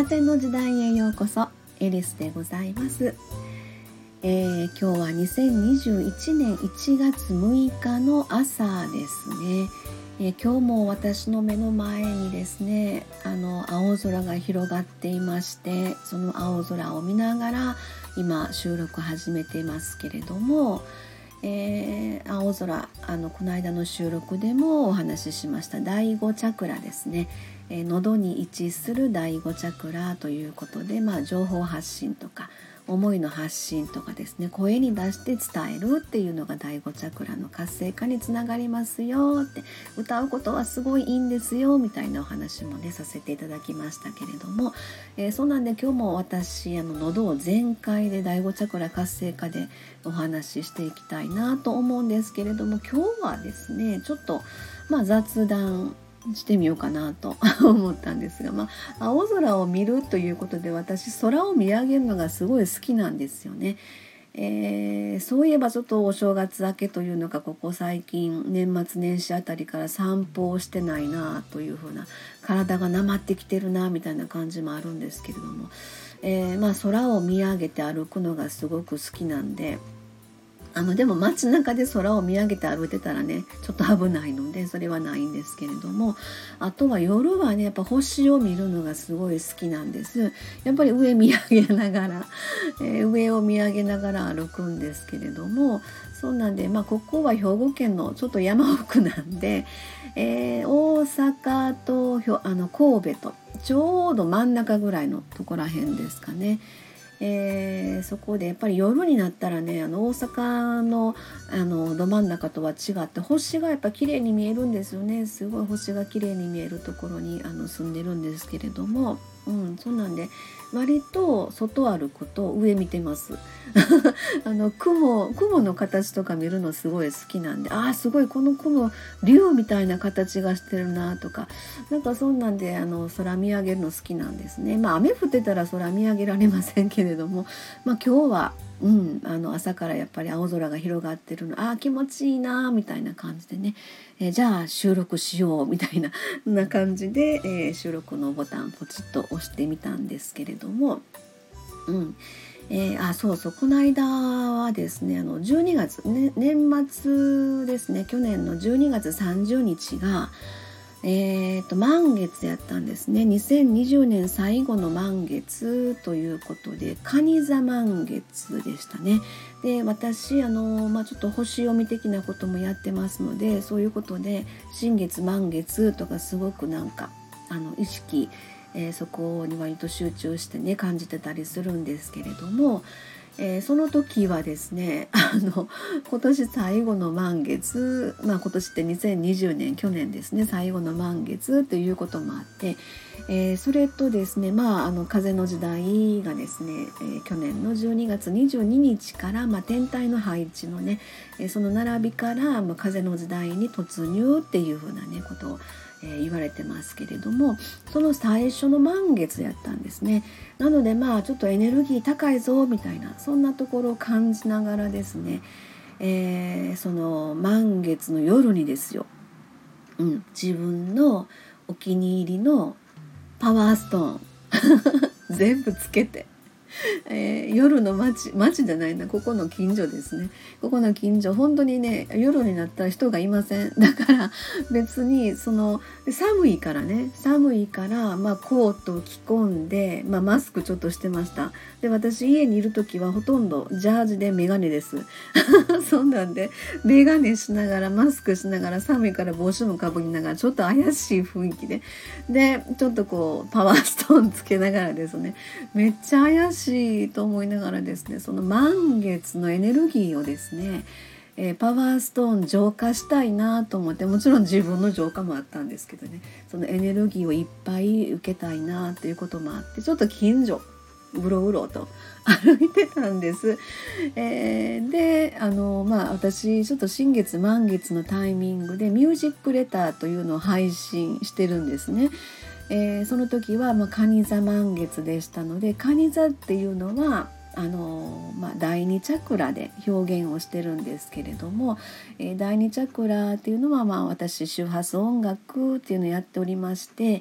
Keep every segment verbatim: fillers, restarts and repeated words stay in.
風の時代へようこそ。エリスでございます。えー、今日はにせんにじゅういちねんいちがつむいかの朝ですね。えー、今日も私の目の前にですね、あの青空が広がっていまして、その青空を見ながら今収録始めていますけれども、えー、青空、あのこの間の収録でもお話ししましただいごチャクラですね、えー、喉に位置するだいごチャクラということで、まあ、情報発信とか思いの発信とかですね、声に出して伝えるっていうのがだいごチャクラの活性化につながりますよって、歌うことはすごいいいんですよみたいなお話もねさせていただきましたけれども、えー、そうなんで今日も私あの喉を全開でだいごチャクラ活性化でお話ししていきたいなと思うんですけれども、今日はですねちょっと、まあ、雑談してみようかなと思ったんですが、まあ、青空を見るということで私空を見上げるのがすごい好きなんですよね。えー、そういえばちょっとお正月明けというのか、ここ最近年末年始あたりから散歩をしてないなというふうな、体がなまってきてるなみたいな感じもあるんですけれども、えーまあ、空を見上げて歩くのがすごく好きなんで、あのでも街中で空を見上げて歩いてたらねちょっと危ないのでそれはないんですけれども、あとは夜はねやっぱ星を見るのがすごい好きなんです。やっぱり上見上げながら、えー、上を見上げながら歩くんですけれども、そうなんで、まあ、ここは兵庫県のちょっと山奥なんで、えー、大阪とひょあの神戸とちょうど真ん中ぐらいのところらへんですかね。えー、そこでやっぱり夜になったらね、あの大阪のあのど真ん中とは違って星がやっぱ綺麗に見えるんですよね。すごい星が綺麗に見えるところにあの住んでるんですけれども、うん、そうなんで割と外歩くと上見てますあの雲雲の形とか見るのすごい好きなんで、あーすごいこの雲竜みたいな形がしてるなとか、なんかそんなんであの空見上げるの好きなんですね。まあ雨降ってたら空見上げられませんけれども、まあ今日はうん、あの朝からやっぱり青空が広がってるの、あー気持ちいいなみたいな感じでね、えー、じゃあ収録しようみたいなな感じで、えー、収録のボタンポチッと押してみたんですけれども、うんえー、あそうそうこの間はですね、あのじゅうにがつ、ね、年末ですね、去年のじゅうにがつさんじゅうにちがえー、と満月やったんですね。にせんにじゅうねん最後の満月ということで蟹座満月でしたね。で私あの、まあ、ちょっと星読み的なこともやってますので、そういうことで新月満月とかすごくなんかあの意識、えー、そこに割と集中してね感じてたりするんですけれども、えー、その時はですね、あの今年最後の満月、まあ、今年ってにせんにじゅうねん去年ですね最後の満月ということもあって、えー、それとですね、まあ、あの風の時代がですね、えー、去年のじゅうにがつにじゅうににちから、まあ、天体の配置のね、えー、その並びから、まあ、風の時代に突入っていうふうなねことをえー、言われてますけれども、その最初の満月やったんですね。なのでまあちょっとエネルギー高いぞみたいなそんなところを感じながらですね、えー、その満月の夜にですよ、うん、自分のお気に入りのパワーストーン全部つけて、えー、夜の街街じゃないな、ここの近所ですね。ここの近所本当にね夜になったら人がいません。だから別にその寒いからね寒いから、まあ、コートを着込んで、まあ、マスクちょっとしてました。で私家にいる時はほとんどジャージでメガネですそうなんでメガネしながらマスクしながら寒いから帽子もかぶりながらちょっと怪しい雰囲気ででちょっとこうパワーストーンつけながらですね、めっちゃ怪しいと思いながらですね、その満月のエネルギーをですね、えー、パワーストーン浄化したいなと思って、もちろん自分の浄化もあったんですけどね、そのエネルギーをいっぱい受けたいなということもあって、ちょっと近所うろうろと歩いてたんです。えー、であのまあ私ちょっと新月満月のタイミングでミュージックレターというのを配信してるんですね。えー、その時は、まあ、蟹座満月でしたので、蟹座っていうのはあの、まあ、だいにチャクラで表現をしてるんですけれども、えー、だいにチャクラっていうのは、まあ、私周波数音楽っていうのをやっておりまして、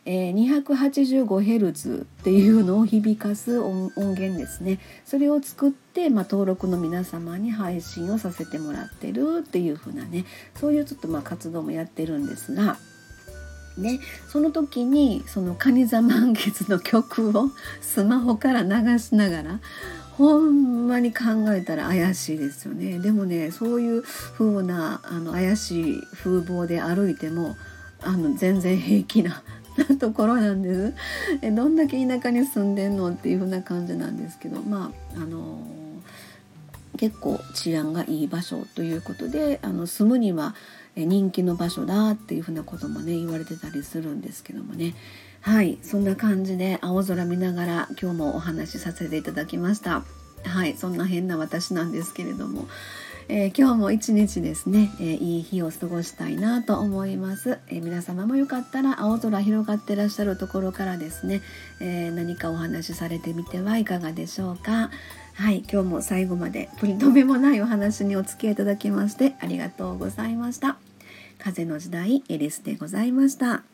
えー、にひゃくはちじゅうごヘルツ っていうのを響かす 音, 音源ですね。それを作って、まあ、登録の皆様に配信をさせてもらってるっていう風なね、そういうちょっとまあ活動もやってるんですが、ね、その時にその蟹座満月の曲をスマホから流しながら、ほんまに考えたら怪しいですよね。でもね、そういう風なあの怪しい風貌で歩いてもあの全然平気なところなんです。えどんだけ田舎に住んでんのっていう風な感じなんですけど、まああのー、結構治安がいい場所ということで、あの住むには人気の場所だっていう風なこともね言われてたりするんですけどもね。はい、そんな感じで青空見ながら今日もお話しさせていただきました。はい、そんな変な私なんですけれども、えー、今日も一日ですね、えー、いい日を過ごしたいなと思います。えー、皆様もよかったら青空広がってらっしゃるところからですね、えー、何かお話しされてみてはいかがでしょうか。はい、今日も最後まで取り留めもないお話にお付き合いいただきましてありがとうございました。風の時代エリスでございました。